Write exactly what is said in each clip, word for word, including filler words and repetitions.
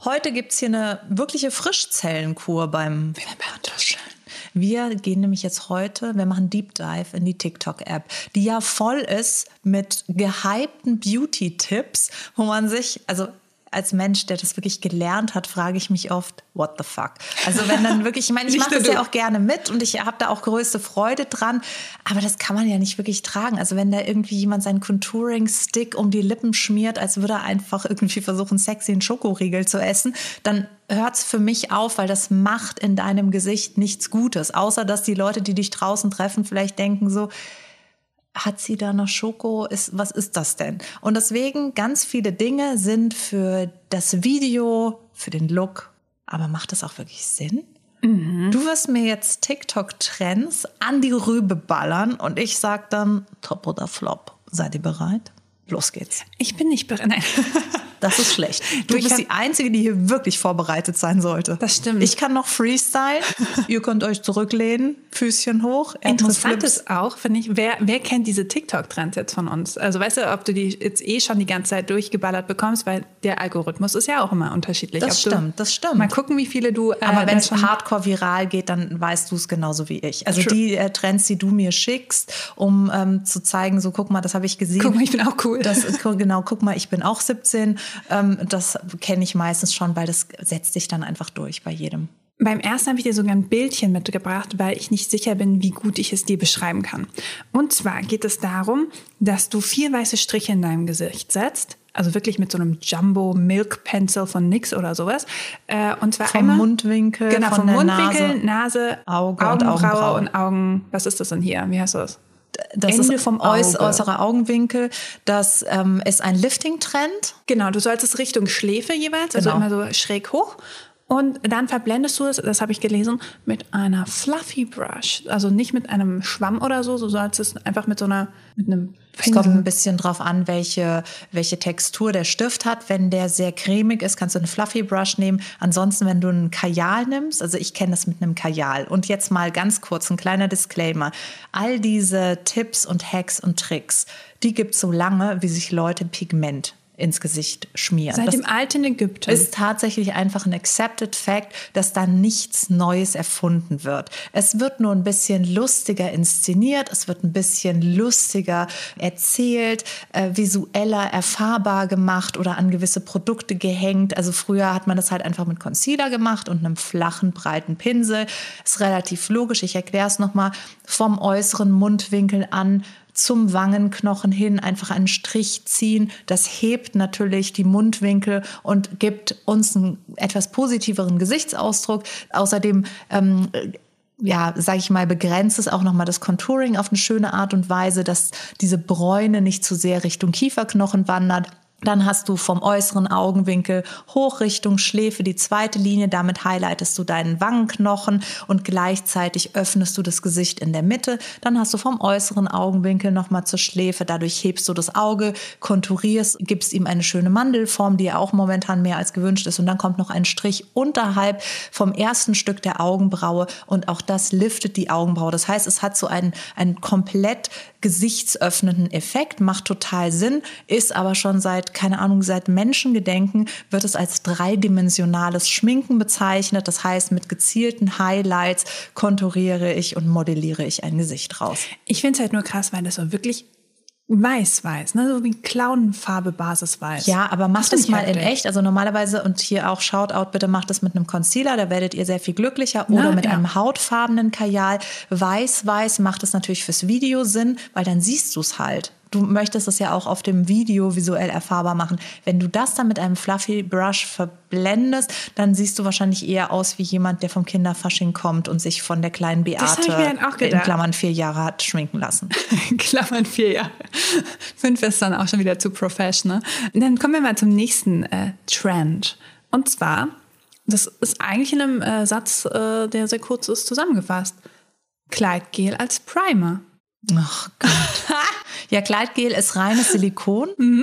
Heute gibt es hier eine wirkliche Frischzellenkur beim Wunderschön. Wir gehen nämlich jetzt heute, wir machen Deep Dive in die TikTok-App, die ja voll ist mit gehypten Beauty-Tipps, wo man sich, also als Mensch, der das wirklich gelernt hat, frage ich mich oft, what the fuck? Also wenn dann wirklich, ich meine, ich mache das ja auch gerne mit und ich habe da auch größte Freude dran, aber das kann man ja nicht wirklich tragen. Also wenn da irgendwie jemand seinen Contouring-Stick um die Lippen schmiert, als würde er einfach irgendwie versuchen, sexy einen Schokoriegel zu essen, dann hört's für mich auf, weil das macht in deinem Gesicht nichts Gutes. Außer, dass die Leute, die dich draußen treffen, vielleicht denken so, hat sie da noch Schoko? Ist, was ist das denn? Und deswegen, ganz viele Dinge sind für das Video, für den Look, aber macht das auch wirklich Sinn? Mhm. Du wirst mir jetzt TikTok-Trends an die Rübe ballern und ich sag dann Top oder Flop. Seid ihr bereit? Los geht's. Ich bin nicht bereit. Nein. Das ist schlecht. Du, du bist die Einzige, die hier wirklich vorbereitet sein sollte. Das stimmt. Ich kann noch Freestyle. Ihr könnt euch zurücklehnen, Füßchen hoch. Interessant ist auch, finde ich, wer, wer kennt diese TikTok-Trends jetzt von uns? Also weißt du, ob du die jetzt eh schon die ganze Zeit durchgeballert bekommst, weil der Algorithmus ist ja auch immer unterschiedlich. Das ob stimmt, das stimmt. Mal gucken, wie viele du... Äh, Aber wenn es hardcore viral geht, dann weißt du es genauso wie ich. Also True. die äh, Trends, die du mir schickst, um ähm, zu zeigen, so guck mal, das habe ich gesehen. Guck mal, ich bin auch cool. Das, genau, guck mal, ich bin auch siebzehn. Ähm, das kenne ich meistens schon, weil das setzt sich dann einfach durch bei jedem. Beim ersten habe ich dir sogar ein Bildchen mitgebracht, weil ich nicht sicher bin, wie gut ich es dir beschreiben kann. Und zwar geht es darum, dass du vier weiße Striche in deinem Gesicht setzt. Also wirklich mit so einem Jumbo Milk Pencil von N Y X oder sowas. Und zwar vom einmal, Mundwinkel, genau, von vom der Mundwinkel, Nase, Nase Auge Augenbraue und Augenbraue. und Augen. Was ist das denn hier? Wie heißt das? Das Ende ist vom äuß, Auge. äußerer Augenwinkel. Das ähm, ist ein Lifting-Trend. Genau, du sollst es Richtung Schläfe jeweils, Genau. also immer so schräg hoch. Und dann verblendest du es, das habe ich gelesen, mit einer Fluffy Brush. Also nicht mit einem Schwamm oder so, du sollst es einfach mit so einer, mit einem Es kommt ein bisschen drauf an, welche, welche Textur der Stift hat. Wenn der sehr cremig ist, kannst du eine Fluffy Brush nehmen. Ansonsten, wenn du einen Kajal nimmst, also ich kenne das mit einem Kajal. Und jetzt mal ganz kurz ein kleiner Disclaimer. All diese Tipps und Hacks und Tricks, die gibt es so lange, wie sich Leute Pigment ins Gesicht schmieren. Seit das dem alten Ägypten. Ist tatsächlich einfach ein accepted fact, dass da nichts Neues erfunden wird. Es wird nur ein bisschen lustiger inszeniert, es wird ein bisschen lustiger erzählt, äh, visueller erfahrbar gemacht oder an gewisse Produkte gehängt. Also früher hat man das halt einfach mit Concealer gemacht und einem flachen, breiten Pinsel. Ist relativ logisch, ich erkläre es nochmal. Vom äußeren Mundwinkel an zum Wangenknochen hin einfach einen Strich ziehen. Das hebt natürlich die Mundwinkel und gibt uns einen etwas positiveren Gesichtsausdruck. Außerdem ähm, ja, sage ich mal, begrenzt es auch nochmal das Contouring auf eine schöne Art und Weise, dass diese Bräune nicht zu sehr Richtung Kieferknochen wandert. Dann hast du vom äußeren Augenwinkel hoch Richtung Schläfe die zweite Linie. Damit highlightest du deinen Wangenknochen und gleichzeitig öffnest du das Gesicht in der Mitte. Dann hast du vom äußeren Augenwinkel nochmal zur Schläfe. Dadurch hebst du das Auge, konturierst, gibst ihm eine schöne Mandelform, die ja auch momentan mehr als gewünscht ist. Und dann kommt noch ein Strich unterhalb vom ersten Stück der Augenbraue. Und auch das liftet die Augenbraue. Das heißt, es hat so einen, einen komplett gesichtsöffnenden Effekt, macht total Sinn, ist aber schon seit keine Ahnung, seit Menschengedenken wird es als dreidimensionales Schminken bezeichnet. Das heißt, mit gezielten Highlights konturiere ich und modelliere ich ein Gesicht raus. Ich finde es halt nur krass, weil das so wirklich weiß-weiß, ne? So wie Clownfarbe basisweiß. Ja, aber macht das es mal heftig. in echt. Also normalerweise, und hier auch Shoutout, bitte macht es mit einem Concealer, da werdet ihr sehr viel glücklicher. Oder Na, mit ja. einem hautfarbenen Kajal. Weiß-weiß macht es natürlich fürs Video Sinn, weil dann siehst du es halt. Du möchtest es ja auch auf dem Video visuell erfahrbar machen. Wenn du das dann mit einem Fluffy Brush verblendest, dann siehst du wahrscheinlich eher aus wie jemand, der vom Kinderfasching kommt und sich von der kleinen Beate Das hab ich mir dann auch in gedacht. Klammern vier Jahre hat schminken lassen. Klammern vier Jahre. Fünf ist dann auch schon wieder zu professional. Dann kommen wir mal zum nächsten äh, Trend. Und zwar, das ist eigentlich in einem äh, Satz, äh, der sehr kurz ist, zusammengefasst. Kleidgel als Primer. Ach Gott. Ja, Kleidgel ist reines Silikon. Mhm.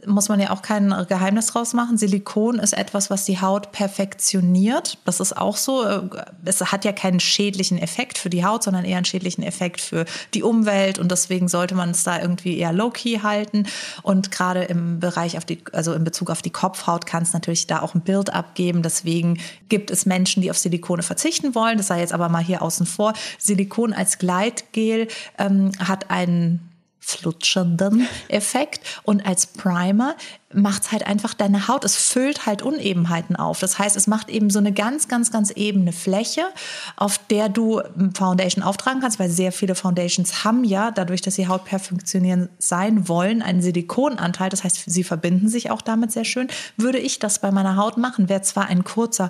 muss man ja auch kein Geheimnis draus machen. Silikon ist etwas, was die Haut perfektioniert. Das ist auch so. Es hat ja keinen schädlichen Effekt für die Haut, sondern eher einen schädlichen Effekt für die Umwelt. Und deswegen sollte man es da irgendwie eher low-key halten. Und gerade im Bereich auf die, also in Bezug auf die Kopfhaut kann es natürlich da auch ein Build-up geben. Deswegen gibt es Menschen, die auf Silikone verzichten wollen. Das sei jetzt aber mal hier außen vor. Silikon als Gleitgel ähm, hat einen flutschenden Effekt und als Primer macht es halt einfach deine Haut, es füllt halt Unebenheiten auf. Das heißt, es macht eben so eine ganz, ganz, ganz ebene Fläche, auf der du Foundation auftragen kannst, weil sehr viele Foundations haben ja, dadurch, dass sie Haut perfektionieren sein wollen, einen Silikonanteil. Das heißt, sie verbinden sich auch damit sehr schön. Würde ich das bei meiner Haut machen, wäre zwar ein kurzer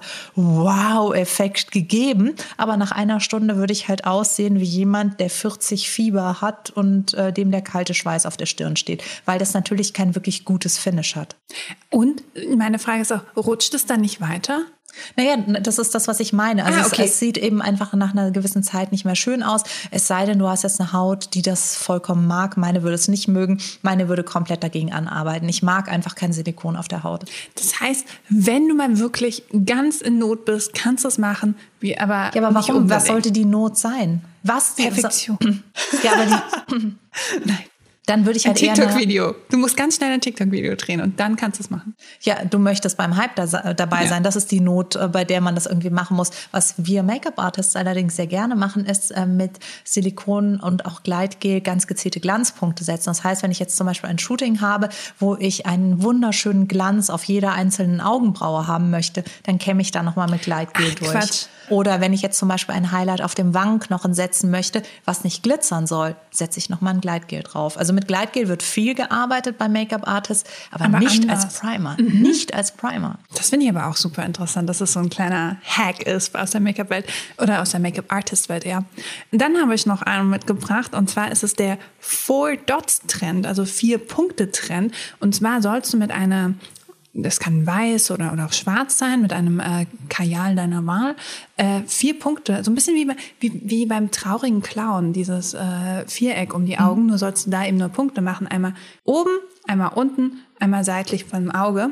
Wow-Effekt gegeben, aber nach einer Stunde würde ich halt aussehen wie jemand, der vierzig Fieber hat und äh, dem der kalte Schweiß auf der Stirn steht, weil das natürlich kein wirklich gutes Finish hat. Und meine Frage ist auch, rutscht es dann nicht weiter? Naja, das ist das, was ich meine. Also ah, okay. es, es sieht eben einfach nach einer gewissen Zeit nicht mehr schön aus. Es sei denn, du hast jetzt eine Haut, die das vollkommen mag. Meine würde es nicht mögen. Meine würde komplett dagegen anarbeiten. Ich mag einfach kein Silikon auf der Haut. Das heißt, wenn du mal wirklich ganz in Not bist, kannst du es machen. Wie, aber ja, aber warum? Was sollte die Not sein? Was? Perfektion. Ja, aber die... Nein. Dann würde ich halt ein eher TikTok-Video. Du musst ganz schnell ein TikTok-Video drehen und dann kannst du es machen. Ja, du möchtest beim Hype da, dabei ja. sein. Das ist die Not, bei der man das irgendwie machen muss. Was wir Make-up-Artists allerdings sehr gerne machen, ist äh, mit Silikon und auch Gleitgel ganz gezielte Glanzpunkte setzen. Das heißt, wenn ich jetzt zum Beispiel ein Shooting habe, wo ich einen wunderschönen Glanz auf jeder einzelnen Augenbraue haben möchte, dann kämme ich da nochmal mit Gleitgel Ach, durch. Quatsch. Oder wenn ich jetzt zum Beispiel ein Highlight auf dem Wangenknochen setzen möchte, was nicht glitzern soll, setze ich nochmal ein Gleitgel drauf. Also mit Gleitgel wird viel gearbeitet bei Make-up-Artists, aber, aber nicht anders. als Primer. Mhm. Nicht als Primer. Das finde ich aber auch super interessant, dass es so ein kleiner Hack ist aus der Make-up-Welt oder aus der Make-up-Artist-Welt eher. Dann habe ich noch einen mitgebracht und zwar ist es der Four-Dots-Trend, also Vier-Punkte-Trend. Und zwar sollst du mit einer... Das kann weiß oder, oder auch schwarz sein, mit einem äh, Kajal deiner Wahl. Äh, vier Punkte, so ein bisschen wie, bei, wie, wie beim traurigen Clown, dieses äh, Viereck um die Augen. Mhm. Nur sollst du da eben nur Punkte machen. Einmal oben, einmal unten, einmal seitlich vom Auge.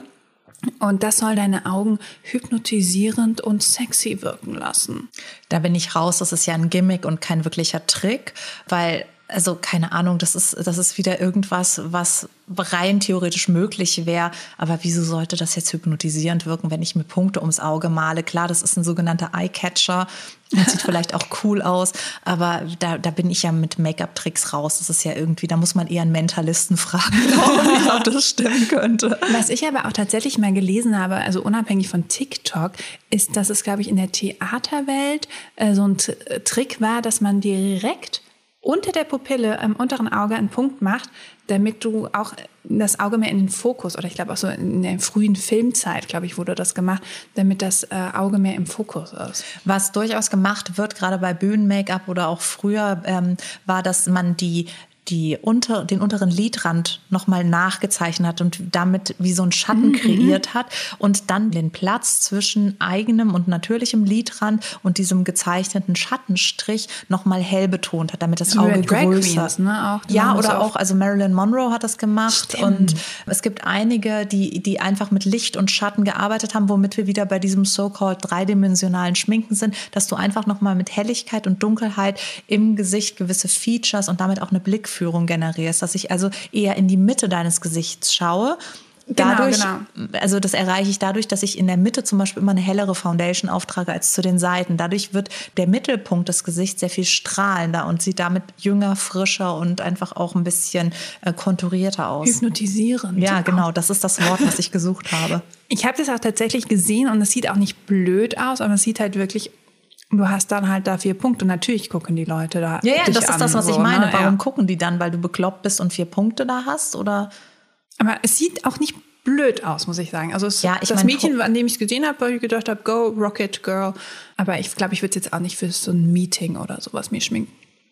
Und das soll deine Augen hypnotisierend und sexy wirken lassen. Da bin ich raus, das ist ja ein Gimmick und kein wirklicher Trick, weil... Also keine Ahnung, das ist, das ist wieder irgendwas, was rein theoretisch möglich wäre. Aber wieso sollte das jetzt hypnotisierend wirken, wenn ich mir Punkte ums Auge male? Klar, das ist ein sogenannter Eye-Catcher. Das sieht vielleicht auch cool aus. Aber da, da bin ich ja mit Make-up-Tricks raus. Das ist ja irgendwie, da muss man eher einen Mentalisten fragen, ob das stimmen könnte. Was ich aber auch tatsächlich mal gelesen habe, also unabhängig von TikTok, ist, dass es, glaube ich, in der Theaterwelt äh, so ein T- Trick war, dass man direkt unter der Pupille im unteren Auge einen Punkt macht, damit du auch das Auge mehr in den Fokus, oder ich glaube auch so in der frühen Filmzeit, glaube ich, wurde das gemacht, damit das äh, Auge mehr im Fokus ist. Was durchaus gemacht wird, gerade bei Bühnen-Make-up oder auch früher, ähm, war, dass man die die unter, den unteren Lidrand nochmal nachgezeichnet hat und damit wie so einen Schatten mhm. kreiert hat und dann den Platz zwischen eigenem und natürlichem Lidrand und diesem gezeichneten Schattenstrich nochmal hell betont hat, damit das Auge größer ist. Ne? Auch, ja, oder auch, also Marilyn Monroe hat das gemacht. Stimmt. Und es gibt einige, die, die einfach mit Licht und Schatten gearbeitet haben, womit wir wieder bei diesem so-called dreidimensionalen Schminken sind, dass du einfach nochmal mit Helligkeit und Dunkelheit im Gesicht gewisse Features und damit auch eine Blick Führung generierst, dass ich also eher in die Mitte deines Gesichts schaue. Dadurch, genau, genau. Also das erreiche ich dadurch, dass ich in der Mitte zum Beispiel immer eine hellere Foundation auftrage als zu den Seiten. Dadurch wird der Mittelpunkt des Gesichts sehr viel strahlender und sieht damit jünger, frischer und einfach auch ein bisschen äh, konturierter aus. Hypnotisierend. Ja, genau, das ist das Wort, was ich gesucht habe. Ich habe das auch tatsächlich gesehen und es sieht auch nicht blöd aus, aber es sieht halt wirklich... Du hast dann halt da vier Punkte. Natürlich gucken die Leute da. Ja, ja, das an, ist das, was so, ich meine. Ne? Warum ja. gucken die dann? Weil du bekloppt bist und vier Punkte da hast? Oder? Aber es sieht auch nicht blöd aus, muss ich sagen. Also es, ja, ich das mein, Mädchen, an dem ich es gesehen habe, weil ich gedacht habe, go, Rocket Girl. Aber ich glaube, ich würde es jetzt auch nicht für so ein Meeting oder sowas mir schminken.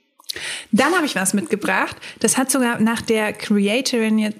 Dann habe ich was mitgebracht. Das hat sogar nach der Creatorin,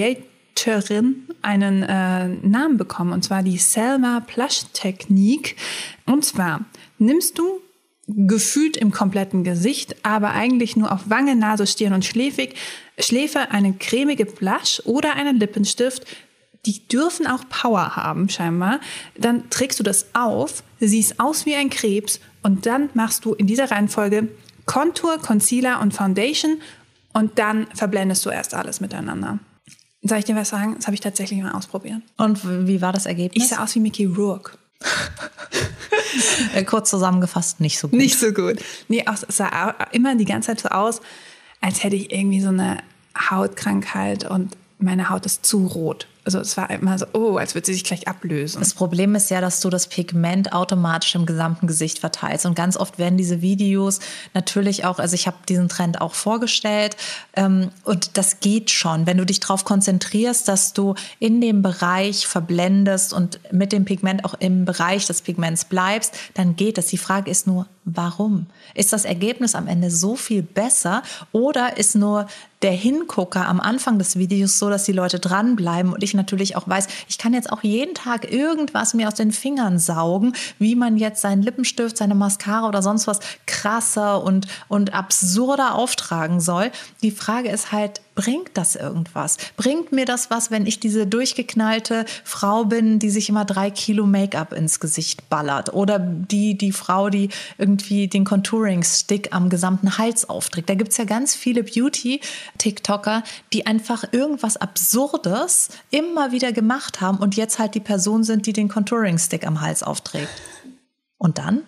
Creatorin einen äh, Namen bekommen. Und zwar die Selma Plush Technik. Und zwar nimmst du gefühlt im kompletten Gesicht, aber eigentlich nur auf Wange, Nase, Stirn und schläfig, Schläfe, eine cremige Blush oder einen Lippenstift, die dürfen auch Power haben scheinbar. Dann trägst du das auf, siehst aus wie ein Krebs und dann machst du in dieser Reihenfolge Contour, Concealer und Foundation und dann verblendest du erst alles miteinander. Soll ich dir was sagen? Das habe ich tatsächlich mal ausprobiert. Und wie war das Ergebnis? Ich sah aus wie Mickey Rourke. Kurz zusammengefasst, nicht so gut. Nicht so gut. Nee, es sah immer die ganze Zeit so aus, als hätte ich irgendwie so eine Hautkrankheit und meine Haut ist zu rot. Also es war immer so, oh, als würde sie sich gleich ablösen. Das Problem ist ja, dass du das Pigment automatisch im gesamten Gesicht verteilst. Und ganz oft werden diese Videos natürlich auch, also ich habe diesen Trend auch vorgestellt ähm, und das geht schon. Wenn du dich darauf konzentrierst, dass du in dem Bereich verblendest und mit dem Pigment auch im Bereich des Pigments bleibst, dann geht das. Die Frage ist nur, warum? Ist das Ergebnis am Ende so viel besser oder ist nur der Hingucker am Anfang des Videos so, dass die Leute dranbleiben und ich natürlich auch weiß, ich kann jetzt auch jeden Tag irgendwas mir aus den Fingern saugen, wie man jetzt seinen Lippenstift, seine Mascara oder sonst was krasser und, und absurder auftragen soll. Die Frage ist halt, bringt das irgendwas? Bringt mir das was, wenn ich diese durchgeknallte Frau bin, die sich immer drei Kilo Make-up ins Gesicht ballert? Oder die, die Frau, die irgendwie den Contouring-Stick am gesamten Hals aufträgt? Da gibt es ja ganz viele Beauty-TikToker, die einfach irgendwas Absurdes immer wieder gemacht haben und jetzt halt die Person sind, die den Contouring-Stick am Hals aufträgt. Und dann?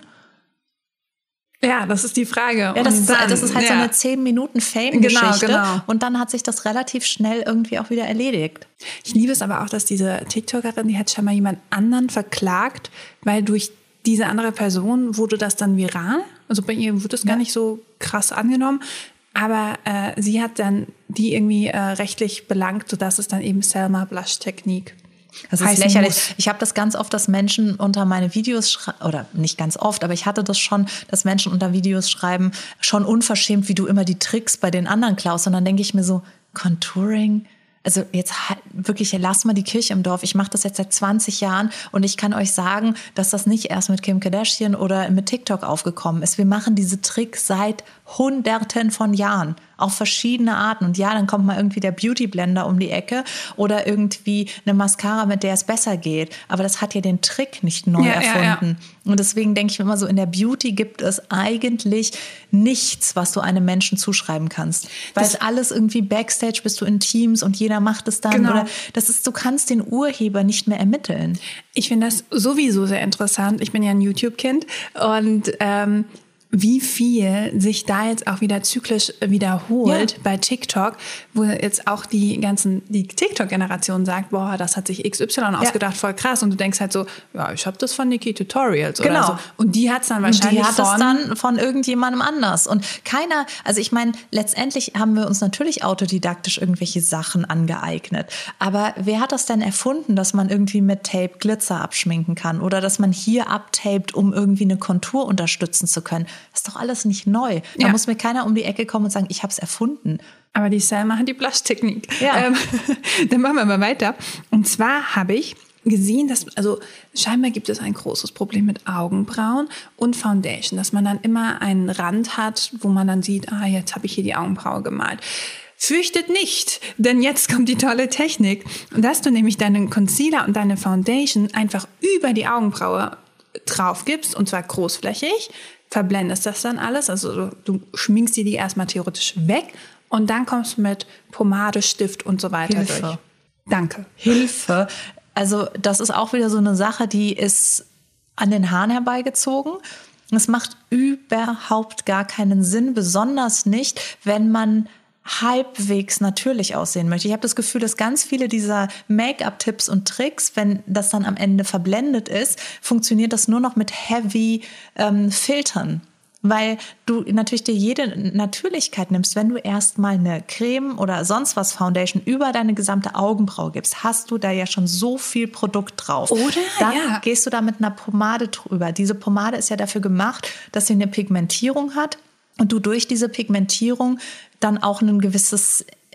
Ja, das ist die Frage. Ja, das, ist, dann, das ist halt ja so eine zehn Minuten Fame-Geschichte. Genau, genau. Und dann hat sich das relativ schnell irgendwie auch wieder erledigt. Ich liebe es aber auch, dass diese TikTokerin, die hat schon mal jemand anderen verklagt, weil durch diese andere Person wurde das dann viral. Also bei ihr wurde das ja gar nicht so krass angenommen. Aber äh, sie hat dann die irgendwie äh, rechtlich belangt, sodass es dann eben Selma Blush Technique Das ist lächerlich. Muss. Ich habe das ganz oft, dass Menschen unter meine Videos schreiben, oder nicht ganz oft, aber ich hatte das schon, dass Menschen unter Videos schreiben, schon unverschämt, wie du immer die Tricks bei den anderen klaust. Und dann denke ich mir so, Contouring? Also jetzt wirklich, lass mal die Kirche im Dorf. Ich mache das jetzt seit zwanzig Jahren und ich kann euch sagen, dass das nicht erst mit Kim Kardashian oder mit TikTok aufgekommen ist. Wir machen diese Tricks seit Hunderten von Jahren. Auf verschiedene Arten. Und ja, dann kommt mal irgendwie der Beauty-Blender um die Ecke oder irgendwie eine Mascara, mit der es besser geht. Aber das hat ja den Trick nicht neu ja, erfunden. Ja, ja. Und deswegen denke ich mir immer so, in der Beauty gibt es eigentlich nichts, was du einem Menschen zuschreiben kannst. Weil das es alles irgendwie Backstage, bist du in Teams und jeder macht es dann. Genau. Oder das ist, du kannst den Urheber nicht mehr ermitteln. Ich finde das sowieso sehr interessant. Ich bin ja ein YouTube-Kind und ähm, wie viel sich da jetzt auch wieder zyklisch wiederholt ja. bei TikTok, wo jetzt auch die ganzen, die TikTok-Generation sagt, boah, das hat sich X Y ausgedacht, ja. voll krass. Und du denkst halt so, ja, ich habe das von Niki Tutorials genau. oder so. Und die hat es dann wahrscheinlich die hat von... es dann von irgendjemandem anders. Und keiner, also ich meine, letztendlich haben wir uns natürlich autodidaktisch irgendwelche Sachen angeeignet. Aber wer hat das denn erfunden, dass man irgendwie mit Tape Glitzer abschminken kann? Oder dass man hier abtaped, um irgendwie eine Kontur unterstützen zu können? Das ist doch alles nicht neu. Da ja. muss mir keiner um die Ecke kommen und sagen, ich habe es erfunden. Aber die Selma hat die Blush-Technik. Ja. Ähm, dann machen wir mal weiter. Und zwar habe ich gesehen, dass, also scheinbar gibt es ein großes Problem mit Augenbrauen und Foundation, dass man dann immer einen Rand hat, wo man dann sieht, ah, jetzt habe ich hier die Augenbraue gemalt. Fürchtet nicht, denn jetzt kommt die tolle Technik, dass du nämlich deinen Concealer und deine Foundation einfach über die Augenbraue drauf gibst, und zwar großflächig, verblendest das dann alles, also du, du schminkst dir die erstmal theoretisch weg und dann kommst du mit Pomade, Stift und so weiter Hilfe. durch. Danke. Hilfe. Also das ist auch wieder so eine Sache, die ist an den Haaren herbeigezogen. Es macht überhaupt gar keinen Sinn, besonders nicht, wenn man halbwegs natürlich aussehen möchte. Ich habe das Gefühl, dass ganz viele dieser Make-up-Tipps und Tricks, wenn das dann am Ende verblendet ist, funktioniert das nur noch mit heavy ähm, Filtern. Weil du natürlich dir jede Natürlichkeit nimmst, wenn du erstmal eine Creme oder sonst was Foundation über deine gesamte Augenbraue gibst, hast du da ja schon so viel Produkt drauf. Oder? Dann ja. gehst du da mit einer Pomade drüber. Diese Pomade ist ja dafür gemacht, dass sie eine Pigmentierung hat und du durch diese Pigmentierung dann auch ein gewisses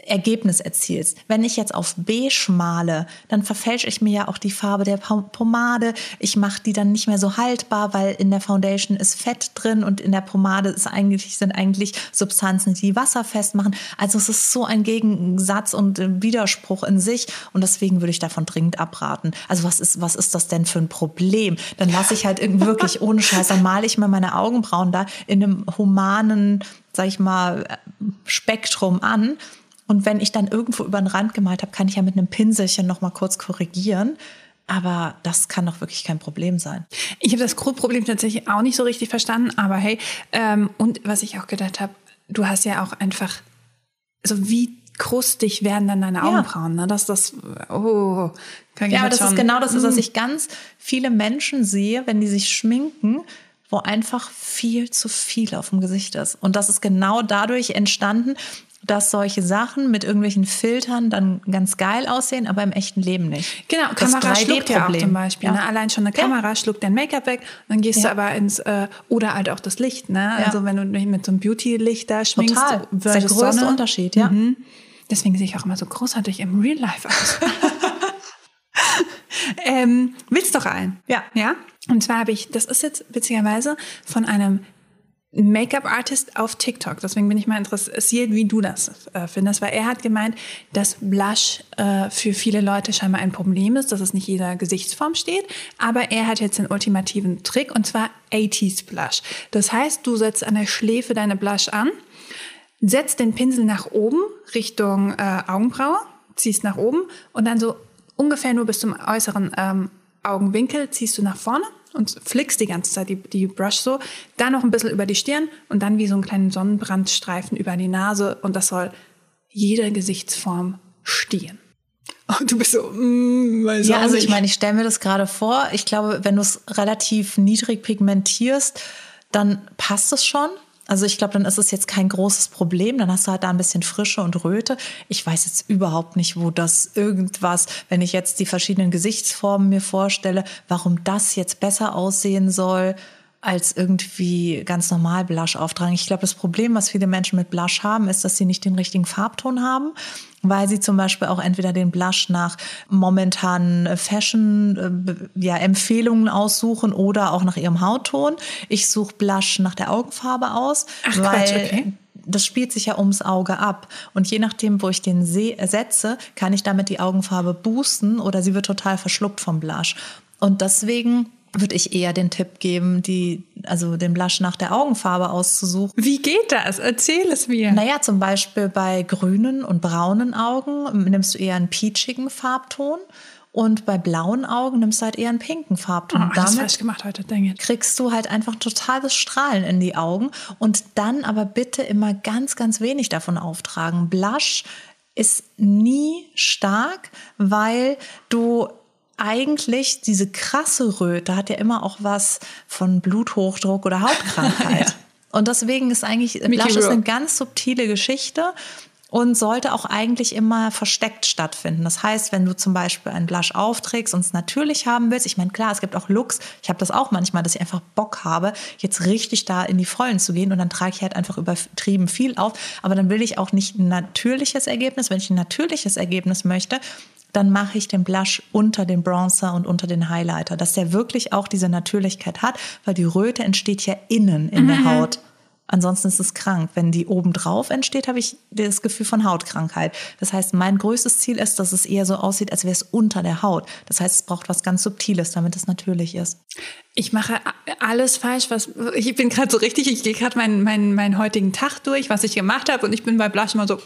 Ergebnis erzielst. Wenn ich jetzt auf beige male, dann verfälsche ich mir ja auch die Farbe der Pomade. Ich mache die dann nicht mehr so haltbar, weil in der Foundation ist Fett drin und in der Pomade ist eigentlich, sind eigentlich Substanzen, die wasserfest machen. Also es ist so ein Gegensatz und Widerspruch in sich und deswegen würde ich davon dringend abraten. Also was ist, was ist das denn für ein Problem? Dann lasse ich halt wirklich ohne Scheiß, dann male ich mir meine Augenbrauen da in einem humanen, sag ich mal, Spektrum an. Und wenn ich dann irgendwo über den Rand gemalt habe, kann ich ja mit einem Pinselchen noch mal kurz korrigieren. Aber das kann doch wirklich kein Problem sein. Ich habe das Grundproblem tatsächlich auch nicht so richtig verstanden. Aber hey, ähm, und was ich auch gedacht habe, du hast ja auch einfach, also wie krustig werden dann deine Augenbrauen, ja. ne? Das, das, oh, kann ich ja, aber das schon, ist genau das, ist, was ich ganz viele Menschen sehe, wenn die sich schminken, wo einfach viel zu viel auf dem Gesicht ist. Und das ist genau dadurch entstanden, dass solche Sachen mit irgendwelchen Filtern dann ganz geil aussehen, aber im echten Leben nicht. Genau, das Kamera schluckt ja auch zum Beispiel. Ja. Ne? Allein schon eine Kamera ja. schluckt dein Make-up weg. Und dann gehst ja. du aber ins, äh, oder halt auch das Licht. Ne? Ja. Also wenn du dich mit so einem Beauty-Licht da schminkst. Total, das ist der größte Sonne. Unterschied, ja. Mhm. Deswegen sehe ich auch immer so großartig im Real Life aus. ähm, willst doch ein? Ja. Ja? Und zwar habe ich, das ist jetzt witzigerweise von einem Make-up-Artist auf TikTok. Deswegen bin ich mal interessiert, wie du das äh, findest, weil er hat gemeint, dass Blush äh, für viele Leute scheinbar ein Problem ist, dass es nicht jeder Gesichtsform steht, aber er hat jetzt den ultimativen Trick und zwar achtziger Blush. Das heißt, du setzt an der Schläfe deine Blush an, setzt den Pinsel nach oben Richtung äh, Augenbraue, ziehst nach oben und dann so ungefähr nur bis zum äußeren ähm, Augenwinkel ziehst du nach vorne und flickst die ganze Zeit die, die Brush so, dann noch ein bisschen über die Stirn und dann wie so einen kleinen Sonnenbrandstreifen über die Nase und das soll jeder Gesichtsform stehen. Und du bist so, mm, weiß ja, auch also nicht. ich meine, ich stelle mir das gerade vor, ich glaube, wenn du es relativ niedrig pigmentierst, dann passt es schon. Also ich glaube, dann ist es jetzt kein großes Problem. Dann hast du halt da ein bisschen Frische und Röte. Ich weiß jetzt überhaupt nicht, wo das irgendwas, wenn ich jetzt die verschiedenen Gesichtsformen mir vorstelle, warum das jetzt besser aussehen soll, als irgendwie ganz normal Blush auftragen. Ich glaube, das Problem, was viele Menschen mit Blush haben, ist, dass sie nicht den richtigen Farbton haben, weil sie zum Beispiel auch entweder den Blush nach momentanen Fashion-Empfehlungen ja, aussuchen oder auch nach ihrem Hautton. Ich suche Blush nach der Augenfarbe aus, Ach, weil Quatsch, okay. das spielt sich ja ums Auge ab. Und je nachdem, wo ich den setze, kann ich damit die Augenfarbe boosten oder sie wird total verschluckt vom Blush. Und deswegen würde ich eher den Tipp geben, die, also den Blush nach der Augenfarbe auszusuchen. Wie geht das? Erzähl es mir. Naja, zum Beispiel bei grünen und braunen Augen nimmst du eher einen peachigen Farbton und bei blauen Augen nimmst du halt eher einen pinken Farbton. Oh, das falsch gemacht heute, denke ich. Kriegst du halt einfach totales Strahlen in die Augen und dann aber bitte immer ganz, ganz wenig davon auftragen. Blush ist nie stark, weil du eigentlich diese krasse Röte hat ja immer auch was von Bluthochdruck oder Hautkrankheit. Ja. Und deswegen ist eigentlich, Blush ist eine ganz subtile Geschichte und sollte auch eigentlich immer versteckt stattfinden. Das heißt, wenn du zum Beispiel einen Blush aufträgst und es natürlich haben willst, ich meine, klar, es gibt auch Looks, ich habe das auch manchmal, dass ich einfach Bock habe, jetzt richtig da in die Vollen zu gehen und dann trage ich halt einfach übertrieben viel auf, aber dann will ich auch nicht ein natürliches Ergebnis. Wenn ich ein natürliches Ergebnis möchte, dann mache ich den Blush unter den Bronzer und unter den Highlighter, dass der wirklich auch diese Natürlichkeit hat, weil die Röte entsteht ja innen in mhm. der Haut. Ansonsten ist es krank. Wenn die obendrauf entsteht, habe ich das Gefühl von Hautkrankheit. Das heißt, mein größtes Ziel ist, dass es eher so aussieht, als wäre es unter der Haut. Das heißt, es braucht was ganz Subtiles, damit es natürlich ist. Ich mache alles falsch, was ich bin gerade so richtig, ich gehe gerade meinen, meinen, meinen heutigen Tag durch, was ich gemacht habe und ich bin bei Blush immer so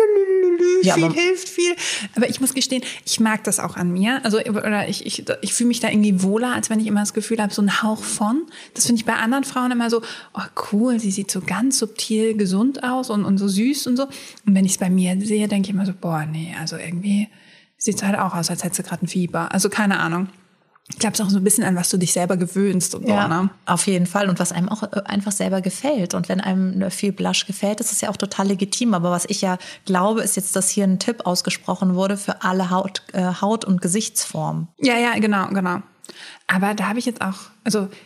ja, viel hilft viel. Aber ich muss gestehen, ich mag das auch an mir. Also oder ich, ich, ich fühle mich da irgendwie wohler, als wenn ich immer das Gefühl habe, so einen Hauch von. Das finde ich bei anderen Frauen immer so, oh cool, sie sieht so ganz subtil gesund aus und, und so süß und so. Und wenn ich es bei mir sehe, denke ich immer so, boah, nee, also irgendwie sieht es halt auch aus, als hättest du gerade ein Fieber. Also keine Ahnung. Ich glaube, es ist auch so ein bisschen an, was du dich selber gewöhnst und ja, so, ne? Auf jeden Fall. Und was einem auch einfach selber gefällt. Und wenn einem viel Blush gefällt, ist es ja auch total legitim. Aber was ich ja glaube, ist jetzt, dass hier ein Tipp ausgesprochen wurde für alle Haut, äh, Haut- und Gesichtsformen. Ja, ja, genau, genau. Aber da habe ich jetzt auch, also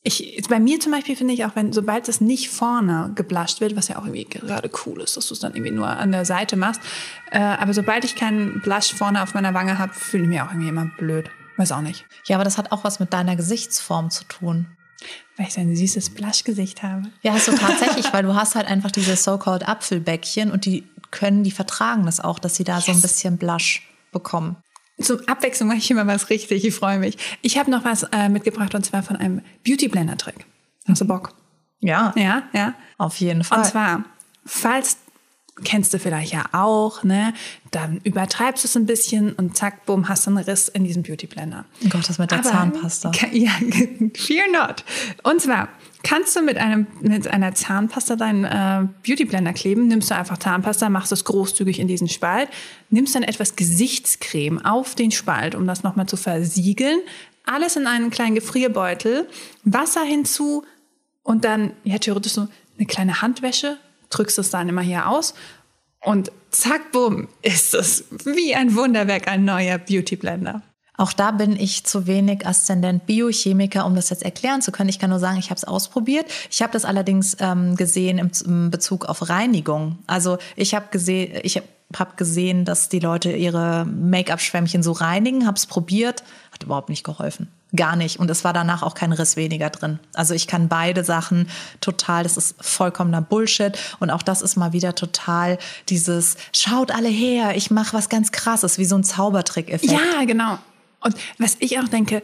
Ich, bei mir zum Beispiel finde ich auch, wenn, sobald es nicht vorne geblusht wird, was ja auch irgendwie gerade cool ist, dass du es dann irgendwie nur an der Seite machst, äh, aber sobald ich keinen Blush vorne auf meiner Wange habe, fühle ich mich auch irgendwie immer blöd. Weiß auch nicht. Ja, aber das hat auch was mit deiner Gesichtsform zu tun. Weil ich so ein süßes Blush-Gesicht habe. Ja, hast du tatsächlich, weil du hast halt einfach diese so-called Apfelbäckchen und die können, die vertragen das auch, dass sie da yes. so ein bisschen Blush bekommen. Zum Abwechslung mache ich immer was richtig. Ich freue mich. Ich habe noch was äh, mitgebracht und zwar von einem Beauty Blender Trick. Hast du Bock? Ja. Ja, ja. Auf jeden Fall. Und zwar, falls, kennst du vielleicht ja auch, ne? Dann übertreibst du es ein bisschen und zack, bumm, hast du einen Riss in diesem Beauty Blender. Oh Gott, das mit der Aber, Zahnpasta. Ja, fear not. Und zwar kannst du mit einem mit einer Zahnpasta deinen äh, Beauty Blender kleben, nimmst du einfach Zahnpasta, machst es großzügig in diesen Spalt, nimmst dann etwas Gesichtscreme auf den Spalt, um das nochmal zu versiegeln, alles in einen kleinen Gefrierbeutel, Wasser hinzu und dann, ja, theoretisch so eine kleine Handwäsche, drückst es dann immer hier aus und zack, bumm, ist es wie ein Wunderwerk, ein neuer Beauty Blender. Auch da bin ich zu wenig Aszendent Biochemiker, um das jetzt erklären zu können. Ich kann nur sagen, ich habe es ausprobiert. Ich habe das allerdings ähm, gesehen im, im Bezug auf Reinigung. Also ich habe gesehen, ich habe hab gesehen, dass die Leute ihre Make-up-Schwämmchen so reinigen. Habe es probiert, hat überhaupt nicht geholfen. Gar nicht. Und es war danach auch kein Riss weniger drin. Also ich kann beide Sachen total, das ist vollkommener Bullshit. Und auch das ist mal wieder total dieses, schaut alle her, ich mache was ganz Krasses, wie so ein Zaubertrick-Effekt. Ja, genau. Und was ich auch denke,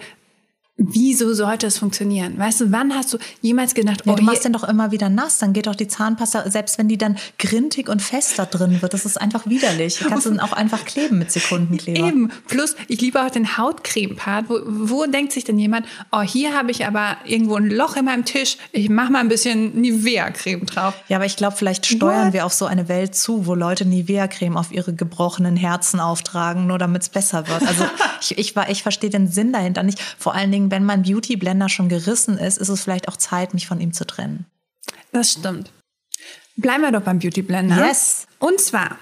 wieso sollte es funktionieren? Weißt du, wann hast du jemals gedacht, ja, oh, du machst den doch immer wieder nass, dann geht doch die Zahnpasta, selbst wenn die dann grintig und fest da drin wird, das ist einfach widerlich. Du kannst dann auch einfach kleben mit Sekundenkleber. Eben, plus ich liebe auch den Hautcreme-Part. Wo, wo denkt sich denn jemand, oh, hier habe ich aber irgendwo ein Loch in meinem Tisch, ich mache mal ein bisschen Nivea-Creme drauf. Ja, aber ich glaube, vielleicht steuern What? wir auf so eine Welt zu, wo Leute Nivea-Creme auf ihre gebrochenen Herzen auftragen, nur damit es besser wird. Also ich, ich, ich verstehe den Sinn dahinter nicht. Vor allen Dingen, wenn mein Beauty Blender schon gerissen ist, ist es vielleicht auch Zeit, mich von ihm zu trennen. Das stimmt. Bleiben wir doch beim Beauty Blender. Yes. Und zwar,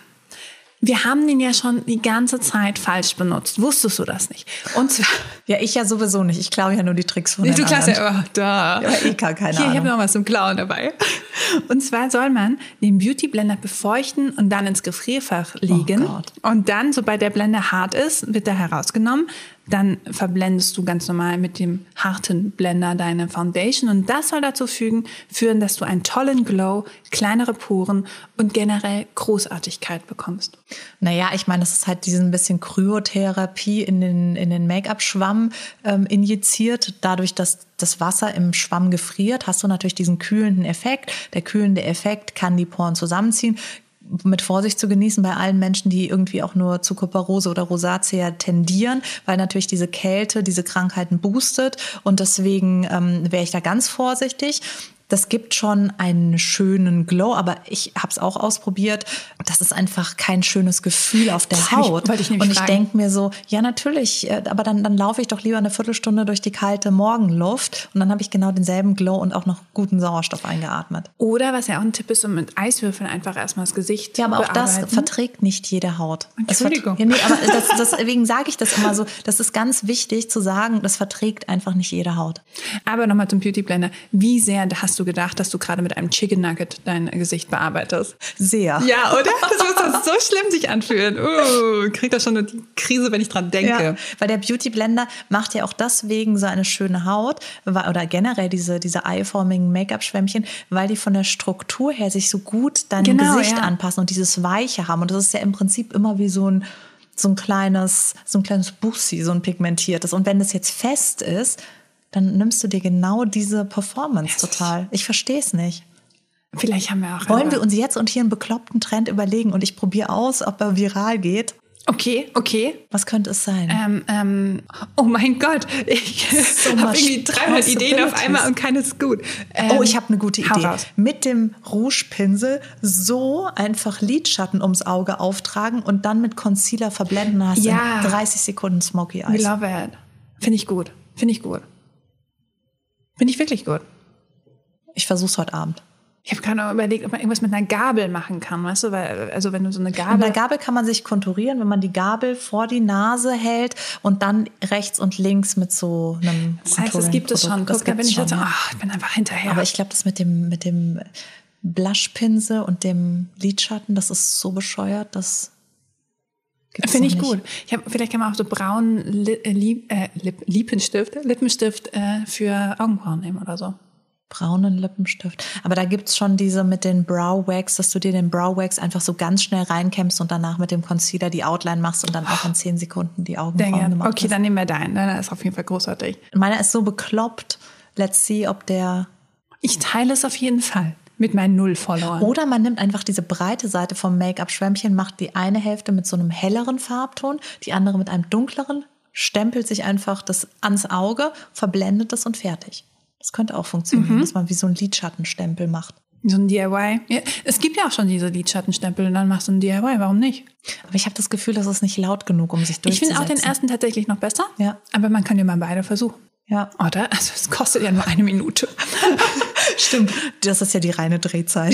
wir haben den ja schon die ganze Zeit falsch benutzt. Wusstest du das nicht? Und zwar, ja, ich ja sowieso nicht. Ich klaue ja nur die Tricks von nee, den du klaust anderen. ja immer da. Ja, eh gar keine Hier, Ahnung. ich habe noch was zum Klauen dabei. Und zwar soll man den Beauty Blender befeuchten und dann ins Gefrierfach legen. Oh Gott. Und dann, sobald der Blender hart ist, wird er herausgenommen. Dann verblendest du ganz normal mit dem harten Blender deine Foundation. Und das soll dazu fügen, führen, dass du einen tollen Glow, kleinere Poren und generell Großartigkeit bekommst. Naja, ich meine, das ist halt diesen bisschen Kryotherapie in den, in den Make-up-Schwamm ähm, injiziert. Dadurch, dass das Wasser im Schwamm gefriert, hast du natürlich diesen kühlenden Effekt. Der kühlende Effekt kann die Poren zusammenziehen. Mit Vorsicht zu genießen bei allen Menschen, die irgendwie auch nur zu Kuparose oder Rosacea tendieren, weil natürlich diese Kälte diese Krankheiten boostet und deswegen ähm, wäre ich da ganz vorsichtig. Das gibt schon einen schönen Glow, aber ich habe es auch ausprobiert. Das ist einfach kein schönes Gefühl auf der das Haut. Ich, wollte ich nämlich und ich fragen. denke mir so, ja natürlich, aber dann, dann laufe ich doch lieber eine Viertelstunde durch die kalte Morgenluft und dann habe ich genau denselben Glow und auch noch guten Sauerstoff eingeatmet. Oder was ja auch ein Tipp ist, um mit Eiswürfeln einfach erstmal das Gesicht ja, aber zu auch bearbeiten. das verträgt nicht jede Haut. Entschuldigung. Ja, nee, aber das, deswegen sage ich das immer so. Das ist ganz wichtig zu sagen, das verträgt einfach nicht jede Haut. Aber nochmal zum Beauty Blender. Wie sehr hast du gedacht, dass du gerade mit einem Chicken Nugget dein Gesicht bearbeitest? Sehr. Ja, oder? Das muss doch so schlimm sich anfühlen. Uh, krieg da schon eine Krise, wenn ich dran denke. Ja, weil der Beauty Blender macht ja auch deswegen so eine schöne Haut oder generell diese, diese eiförmigen Make-up-Schwämmchen, weil die von der Struktur her sich so gut deinem Genau, Gesicht ja. anpassen und dieses Weiche haben. Und das ist ja im Prinzip immer wie so ein, so ein kleines, so ein kleines Bussi, so ein pigmentiertes. Und wenn das jetzt fest ist, dann nimmst du dir genau diese Performance yes. total. Ich verstehe es nicht. Vielleicht haben wir auch... Wollen wir uns jetzt und hier einen bekloppten Trend überlegen und ich probiere aus, ob er viral geht? Okay, okay. Was könnte es sein? Ähm, ähm, oh mein Gott, ich so habe irgendwie dreihundert Ideen auf einmal und keines ist gut. Ähm, oh, ich habe eine gute Idee. Raus. Mit dem Rougepinsel so einfach Lidschatten ums Auge auftragen und dann mit Concealer verblenden, hast ja. in dreißig Sekunden Smoky Eyes. We love it. Finde ich gut. Finde ich gut. Finde ich wirklich gut. Ich versuch's heute Abend. Ich habe gerade überlegt, ob man irgendwas mit einer Gabel machen kann, weißt du? Weil, also wenn du so eine Gabel... Mit einer Gabel kann man sich konturieren, wenn man die Gabel vor die Nase hält und dann rechts und links mit so einem Das heißt, es gibt es schon. Guck, da bin ich jetzt so, ach, ich bin einfach hinterher. Aber ich glaube, das mit dem, mit dem Blushpinsel und dem Lidschatten, das ist so bescheuert, das finde ich gut. Ich hab, vielleicht kann man auch so braunen Li Li äh, Lip Lippenstift, Lippenstift äh, für Augenbrauen nehmen oder so. Braunen Lippenstift. Aber da gibt's schon diese mit den Brow Wax, dass du dir den Brow Wax einfach so ganz schnell reinkämmst und danach mit dem Concealer die Outline machst und dann auch in zehn Sekunden die Augenbrauen Denke, gemacht okay, hast. dann nehmen wir deinen. Deiner ist auf jeden Fall großartig. Meiner ist so bekloppt. Let's see, ob der... Ich teile es auf jeden Fall mit meinen Null-Followern. Oder man nimmt einfach diese breite Seite vom Make-up-Schwämmchen, macht die eine Hälfte mit so einem helleren Farbton, die andere mit einem dunkleren, stempelt sich einfach das ans Auge, verblendet es und fertig. Das könnte auch funktionieren, mhm. dass man wie so einen Lidschattenstempel macht. So ein D I Y. Ja, es gibt ja auch schon diese Lidschattenstempel und dann machst du ein D I Y, warum nicht? Aber ich habe das Gefühl, das ist nicht laut genug, um sich durchzusetzen. Ich finde auch den ersten tatsächlich noch besser, ja. aber man kann ja mal beide versuchen. Ja. Oder? Also es kostet ja nur eine Minute. Stimmt, das ist ja die reine Drehzeit.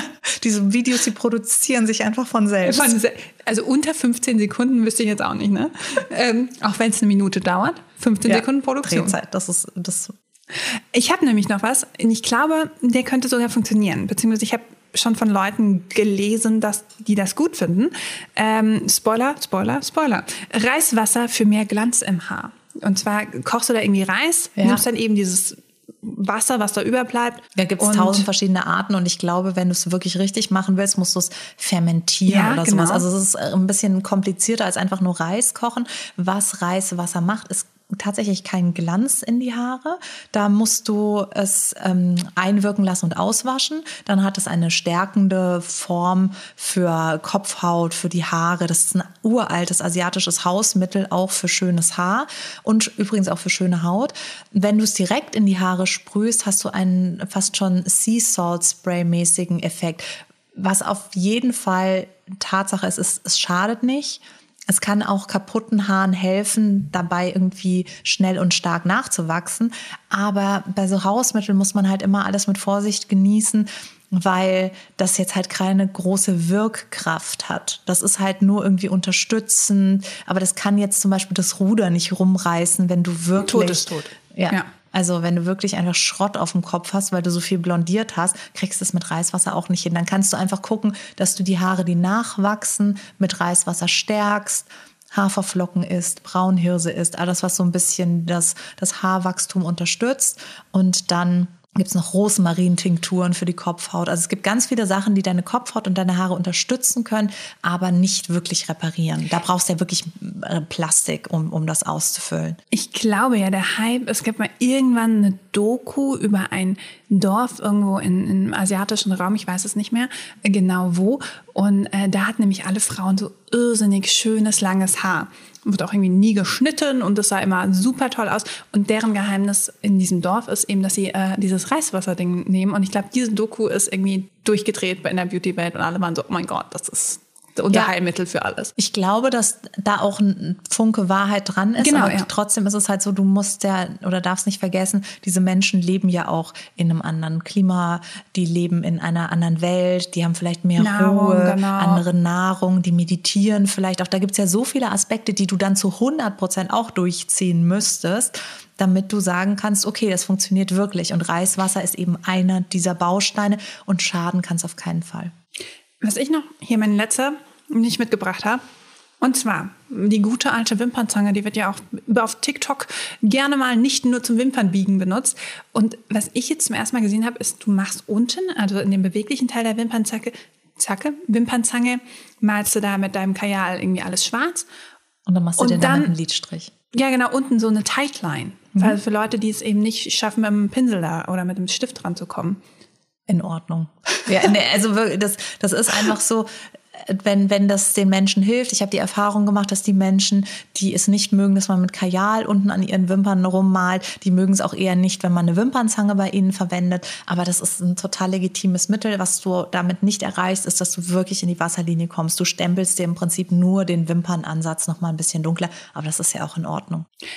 Diese Videos, die produzieren sich einfach von selbst. Von se also unter fünfzehn Sekunden wüsste ich jetzt auch nicht, ne? Ähm, auch wenn es eine Minute dauert. fünfzehn ja, Sekunden Produktion. Drehzeit, das ist... das. Ich habe nämlich noch was. Ich glaube, der könnte sogar funktionieren. Beziehungsweise ich habe schon von Leuten gelesen, dass die das gut finden. Ähm, Spoiler, Spoiler, Spoiler. Reiswasser für mehr Glanz im Haar. Und zwar kochst du da irgendwie Reis, ja. nimmst dann eben dieses Wasser, was da überbleibt. Da gibt es tausend verschiedene Arten und ich glaube, wenn du es wirklich richtig machen willst, musst du es fermentieren ja, oder genau. sowas. Also es ist ein bisschen komplizierter als einfach nur Reis kochen. Was Reiswasser macht, ist tatsächlich keinen Glanz in die Haare. Da musst du es ähm, einwirken lassen und auswaschen. Dann hat es eine stärkende Form für Kopfhaut, für die Haare. Das ist ein uraltes asiatisches Hausmittel, auch für schönes Haar und übrigens auch für schöne Haut. Wenn du es direkt in die Haare sprühst, hast du einen fast schon Sea Salt Spray-mäßigen Effekt. Was auf jeden Fall Tatsache ist, ist, es schadet nicht. Es kann auch kaputten Haaren helfen, dabei irgendwie schnell und stark nachzuwachsen. Aber bei so Hausmitteln muss man halt immer alles mit Vorsicht genießen, weil das jetzt halt keine große Wirkkraft hat. Das ist halt nur irgendwie unterstützend. Aber das kann jetzt zum Beispiel das Ruder nicht rumreißen, wenn du wirklich... Tot ist tot. Ja. ja. Also wenn du wirklich einfach Schrott auf dem Kopf hast, weil du so viel blondiert hast, kriegst du es mit Reiswasser auch nicht hin. Dann kannst du einfach gucken, dass du die Haare, die nachwachsen, mit Reiswasser stärkst, Haferflocken isst, Braunhirse isst, alles, was so ein bisschen das, das Haarwachstum unterstützt. Und dann gibt es noch Rosmarin-Tinkturen für die Kopfhaut. Also es gibt ganz viele Sachen, die deine Kopfhaut und deine Haare unterstützen können, aber nicht wirklich reparieren. Da brauchst du ja wirklich Plastik, um, um das auszufüllen. Ich glaube ja, der Hype, es gibt mal irgendwann eine Doku über ein Dorf irgendwo in, im asiatischen Raum, ich weiß es nicht mehr genau wo. Und äh, da hatten nämlich alle Frauen so irrsinnig schönes, langes Haar. Wird auch irgendwie nie geschnitten und das sah immer super toll aus. Und deren Geheimnis in diesem Dorf ist eben, dass sie äh, dieses Reiswasserding nehmen. Und ich glaube, diese Doku ist irgendwie durchgedreht in der Beauty-Welt und alle waren so, oh mein Gott, das ist unser ja. Heilmittel für alles. Ich glaube, dass da auch ein Funke Wahrheit dran ist. Genau, aber ja. trotzdem ist es halt so, du musst ja oder darfst nicht vergessen, diese Menschen leben ja auch in einem anderen Klima, die leben in einer anderen Welt, die haben vielleicht mehr Nahrung, Ruhe, genau. andere Nahrung, die meditieren vielleicht auch. Da gibt es ja so viele Aspekte, die du dann zu hundert Prozent auch durchziehen müsstest, damit du sagen kannst, okay, das funktioniert wirklich. Und Reiswasser ist eben einer dieser Bausteine und schaden kann es auf keinen Fall. Was ich noch hier meine letzte nicht mitgebracht habe, und zwar die gute alte Wimpernzange, die wird ja auch auf TikTok gerne mal nicht nur zum Wimpernbiegen benutzt. Und was ich jetzt zum ersten Mal gesehen habe, ist, du machst unten, also in dem beweglichen Teil der Wimpernzacke, Zacke, Wimpernzange, malst du da mit deinem Kajal irgendwie alles schwarz. Und dann machst du dir damit einen Lidstrich. Ja, genau, unten so eine Tightline. Mhm. Also für Leute, die es eben nicht schaffen, mit dem Pinsel da oder mit dem Stift dran zu kommen. In Ordnung. Ja, also das, das ist einfach so, wenn, wenn das den Menschen hilft. Ich habe die Erfahrung gemacht, dass die Menschen, die es nicht mögen, dass man mit Kajal unten an ihren Wimpern rummalt, die mögen es auch eher nicht, wenn man eine Wimpernzange bei ihnen verwendet. Aber das ist ein total legitimes Mittel. Was du damit nicht erreichst, ist, dass du wirklich in die Wasserlinie kommst. Du stempelst dir im Prinzip nur den Wimpernansatz noch mal ein bisschen dunkler. Aber das ist ja auch in Ordnung.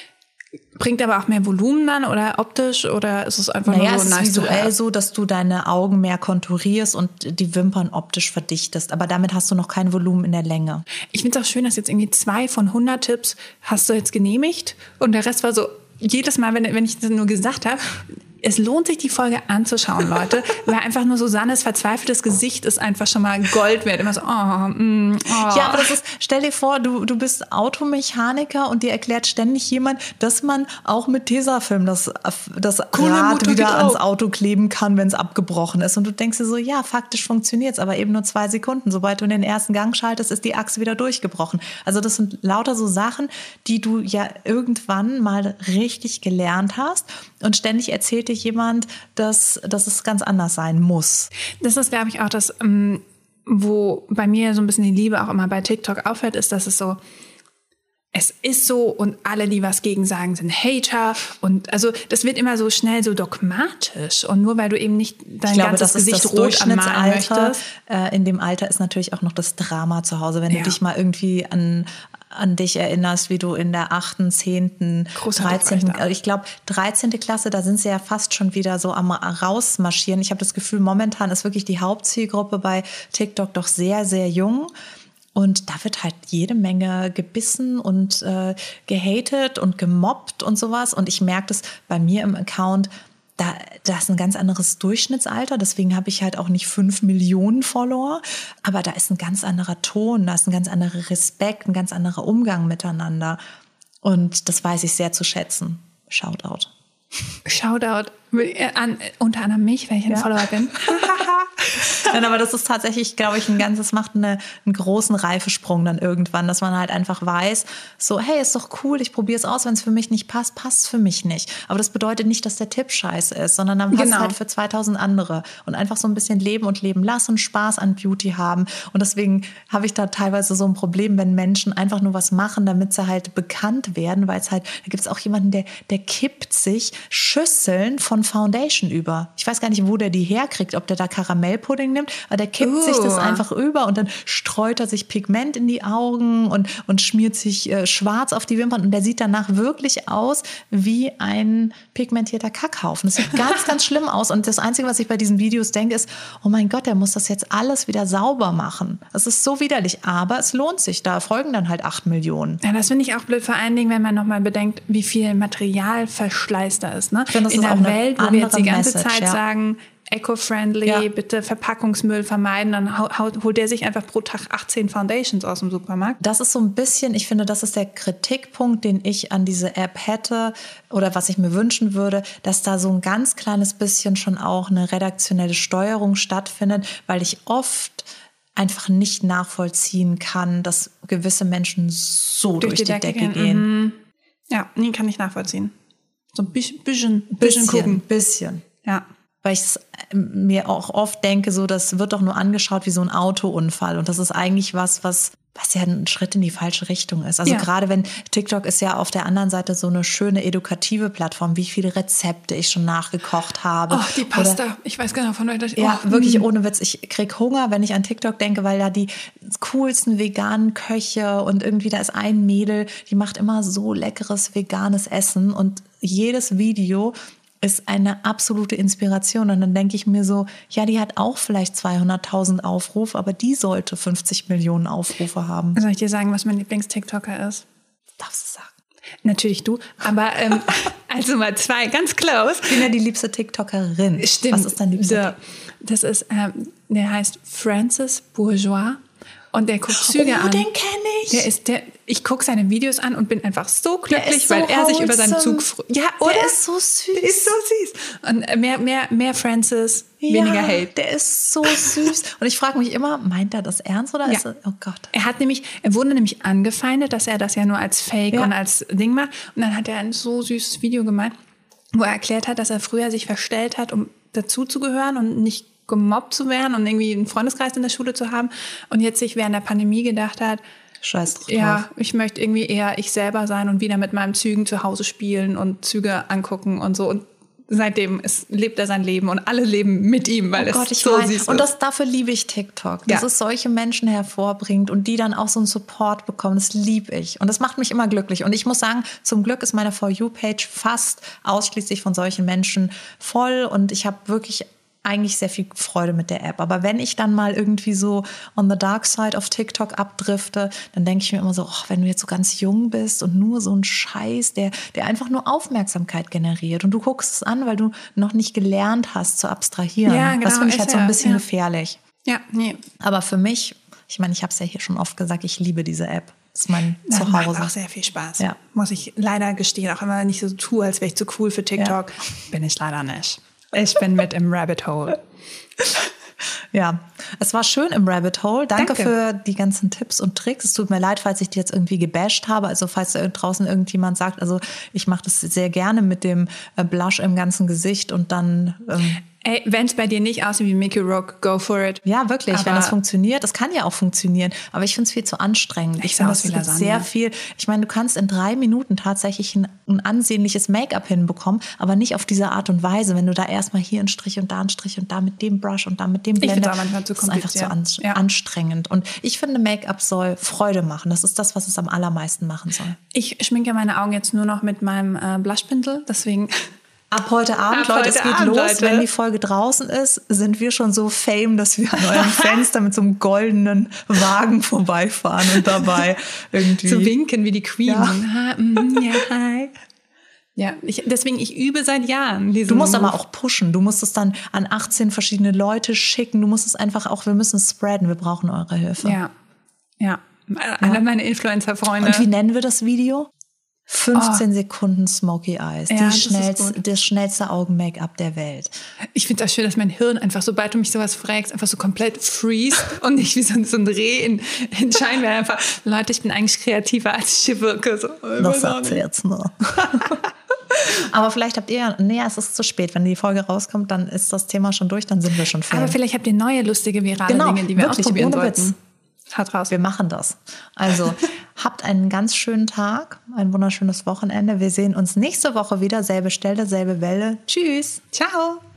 Bringt aber auch mehr Volumen dann oder optisch oder ist es einfach naja, nur so es nice ist visuell so, dass du deine Augen mehr konturierst und die Wimpern optisch verdichtest. Aber damit hast du noch kein Volumen in der Länge. Ich finde es auch schön, dass jetzt irgendwie zwei von hundert Tipps hast du jetzt genehmigt und der Rest war so, jedes Mal, wenn, wenn ich das nur gesagt habe, es lohnt sich, die Folge anzuschauen, Leute, weil einfach nur Susannes verzweifeltes Gesicht ist einfach schon mal Gold wert. Immer so, oh, mm, oh. Ja, aber das ist, stell dir vor, du, du bist Automechaniker und dir erklärt ständig jemand, dass man auch mit Tesafilm das, das Rad wieder ans Auto kleben kann, wenn es abgebrochen ist. Und du denkst dir so, ja, faktisch funktioniert's, aber eben nur zwei Sekunden. Sobald du in den ersten Gang schaltest, ist die Achse wieder durchgebrochen. Also das sind lauter so Sachen, die du ja irgendwann mal richtig gelernt hast und ständig erzählt dir jemand, dass, dass es ganz anders sein muss. Das ist, glaube ich, auch das, wo bei mir so ein bisschen die Liebe auch immer bei TikTok aufhört, ist, dass es so, es ist so und alle, die was gegen sagen, sind Hater und also das wird immer so schnell so dogmatisch und nur weil du eben nicht dein ich glaube, ganzes das Gesicht ist das rot anmalen möchtest. Äh, in dem Alter ist natürlich auch noch das Drama zu Hause, wenn ja. du dich mal irgendwie an an dich erinnerst, wie du in der achten, zehnten, dreizehnten Also ich glaube, dreizehnte Klasse, da sind sie ja fast schon wieder so am rausmarschieren. Ich habe das Gefühl, momentan ist wirklich die Hauptzielgruppe bei TikTok doch sehr, sehr jung. Und da wird halt jede Menge gebissen und äh, gehatet und gemobbt und sowas. Und ich merke das bei mir im Account, Da, da ist ein ganz anderes Durchschnittsalter, deswegen habe ich halt auch nicht fünf Millionen Follower, aber da ist ein ganz anderer Ton, da ist ein ganz anderer Respekt, ein ganz anderer Umgang miteinander und das weiß ich sehr zu schätzen. Shoutout. Shoutout an unter anderem mich, weil ich ein ja. Follower bin. Nein, aber das ist tatsächlich, glaube ich, ein ganzes, macht eine, einen großen Reifesprung dann irgendwann, dass man halt einfach weiß, so, hey, ist doch cool, ich probiere es aus, wenn es für mich nicht passt, passt es für mich nicht. Aber das bedeutet nicht, dass der Tipp scheiße ist, sondern dann passt es genau. halt für zweitausend andere und einfach so ein bisschen leben und leben lassen, Spaß an Beauty haben. Und deswegen habe ich da teilweise so ein Problem, wenn Menschen einfach nur was machen, damit sie halt bekannt werden, weil es halt, da gibt es auch jemanden, der, der kippt sich Schüsseln von Foundation über. Ich weiß gar nicht, wo der die herkriegt, ob der da Karamellpudding nimmt, aber der kippt uh. sich das einfach über und dann streut er sich Pigment in die Augen und, und schmiert sich äh, schwarz auf die Wimpern und der sieht danach wirklich aus wie ein pigmentierter Kackhaufen. Das sieht ganz, ganz schlimm aus und das Einzige, was ich bei diesen Videos denke, ist, oh mein Gott, der muss das jetzt alles wieder sauber machen. Das ist so widerlich, aber es lohnt sich. Da folgen dann halt acht Millionen. Ja, das finde ich auch blöd, vor allen Dingen, wenn man nochmal bedenkt, wie viel Materialverschleiß da ist. Ne? Ich finde, das in ist der auch Welt, wo wir jetzt die ganze Message, Zeit ja. sagen, eco-friendly, ja. bitte Verpackungsmüll vermeiden, dann holt der sich einfach pro Tag achtzehn Foundations aus dem Supermarkt. Das ist so ein bisschen, ich finde, das ist der Kritikpunkt, den ich an diese App hätte oder was ich mir wünschen würde, dass da so ein ganz kleines bisschen schon auch eine redaktionelle Steuerung stattfindet, weil ich oft einfach nicht nachvollziehen kann, dass gewisse Menschen so durch, durch die, die Decke, Decke gehen. Mhm. Ja, nee, kann ich nachvollziehen. So ein bisschen, bisschen, bisschen gucken. Bisschen. Ja. Weil ich mir auch oft denke, so, das wird doch nur angeschaut wie so ein Autounfall. Und das ist eigentlich was, was, was ja ein Schritt in die falsche Richtung ist. Also ja. gerade wenn TikTok ist ja auf der anderen Seite so eine schöne edukative Plattform, wie viele Rezepte ich schon nachgekocht habe. Ach, die Pasta. Oder, ich weiß genau von euch. Das, ja, oh, wirklich mh. ohne Witz. Ich krieg Hunger, wenn ich an TikTok denke, weil da die coolsten veganen Köche und irgendwie da ist ein Mädel, die macht immer so leckeres veganes Essen und jedes Video ist eine absolute Inspiration. Und dann denke ich mir so, ja, die hat auch vielleicht zweihunderttausend Aufrufe, aber die sollte fünfzig Millionen Aufrufe haben. Soll ich dir sagen, was mein Lieblings-TikToker ist? Darfst du sagen? Natürlich du, aber ähm, also mal zwei, ganz close. Ich bin ja die liebste TikTokerin. Stimmt. Was ist dein liebster? Das ist, ähm, der heißt Francis Bourgeois. Und der guckt Züge oh, an. den kenne ich. Der ist der, ich gucke seine Videos an und bin einfach so glücklich, so weil er sich über seinen Zug freut. Ja, oder? Der ist so süß. Der ist so süß. Und mehr, mehr, mehr Francis, ja, weniger Hate. Der ist so süß. Und ich frage mich immer, meint er das ernst oder ja. ist er, oh Gott. Er hat nämlich, er wurde nämlich angefeindet, dass er das ja nur als Fake ja. und als Ding macht. Und dann hat er ein so süßes Video gemacht, wo er erklärt hat, dass er früher sich verstellt hat, um dazuzugehören und nicht gemobbt zu werden und irgendwie einen Freundeskreis in der Schule zu haben und jetzt sich während der Pandemie gedacht hat, Scheiß drauf. Ja, ich möchte irgendwie eher ich selber sein und wieder mit meinen Zügen zu Hause spielen und Züge angucken und so. Und seitdem ist, lebt er sein Leben und alle leben mit ihm, weil oh es Gott, ich so weiß. süß ist. Und das, dafür liebe ich TikTok, dass Ja. es solche Menschen hervorbringt und die dann auch so einen Support bekommen. Das liebe ich. Und das macht mich immer glücklich. Und ich muss sagen, zum Glück ist meine For You-Page fast ausschließlich von solchen Menschen voll. Und ich habe wirklich eigentlich sehr viel Freude mit der App. Aber wenn ich dann mal irgendwie so on the dark side auf TikTok abdrifte, dann denke ich mir immer so, oh, wenn du jetzt so ganz jung bist und nur so ein Scheiß, der, der einfach nur Aufmerksamkeit generiert und du guckst es an, weil du noch nicht gelernt hast zu abstrahieren. Ja, genau, das finde ich halt so ein ja, bisschen ja. gefährlich. Ja, nee. Aber für mich, ich meine, ich habe es ja hier schon oft gesagt, ich liebe diese App. Das ist mein Das macht Zuhause. auch sehr viel Spaß. Ja. Muss ich leider gestehen, auch immer nicht so tue, als wäre ich zu cool für TikTok. Bin ich leider nicht. Ich bin mit im Rabbit Hole. Ja, es war schön im Rabbit Hole. Danke, Danke. für die ganzen Tipps und Tricks. Es tut mir leid, falls ich die jetzt irgendwie gebasht habe. Also falls da draußen irgendjemand sagt, also ich mache das sehr gerne mit dem äh, Blush im ganzen Gesicht und dann... Ähm, Ey, wenn es bei dir nicht aussieht wie Mickey Rourke, go for it. ja, wirklich, Aber wenn das funktioniert. Das kann ja auch funktionieren, aber ich finde es viel zu anstrengend. Ich Ich finde, sah aus das wie gibt Lasagne. sehr viel. Ich meine, du kannst in drei Minuten tatsächlich ein, ein ansehnliches Make-up hinbekommen, aber nicht auf diese Art und Weise. Wenn du da erstmal hier einen Strich und da einen Strich und da mit dem Brush und da mit dem find's Blender. auch manchmal zu das ist einfach zu kompliziert. an, Ja. anstrengend. Und ich finde, Make-up soll Freude machen. Das ist das, was es am allermeisten machen soll. Ich schminke meine Augen jetzt nur noch mit meinem äh, Blushpinsel, deswegen... Ab heute Abend, Ab Leute, es heute geht Abend, los. Leute. Wenn die Folge draußen ist, sind wir schon so fame, dass wir an eurem Fenster mit so einem goldenen Wagen vorbeifahren und dabei irgendwie... zu winken wie die Queen. Ja. Ha, mm, ja, hi. Ja, ich, deswegen, ich übe seit Jahren diesen Du musst Move. aber auch pushen. Du musst es dann an achtzehn verschiedene Leute schicken. Du musst es einfach auch, wir müssen es spreaden. Wir brauchen eure Hilfe. Ja, ja. Alle meine Influencer-Freunde. Und wie nennen wir das Video? fünfzehn Sekunden Smoky Eyes. Ja, Die das ist schnellste, gut. das schnellste Augen-Make-up der Welt. Ich finde das schön, dass mein Hirn einfach, sobald du mich sowas fragst, einfach so komplett freest und nicht wie so ein, so ein Reh in, in Scheinwerfer. Leute, ich bin eigentlich kreativer, als ich hier wirke. So, Das sagt sie jetzt nur. Aber vielleicht habt ihr, nee, es ist zu spät. Wenn die Folge rauskommt, dann ist das Thema schon durch, dann sind wir schon fertig. Aber vielleicht habt ihr neue, lustige, virale Genau, Dinge, die wir wirklich, ausprobieren ohne sollten. Witz. Haut raus. Wir machen das. Also habt einen ganz schönen Tag, ein wunderschönes Wochenende. Wir sehen uns nächste Woche wieder. Selbe Stelle, selbe Welle. Tschüss. Ciao.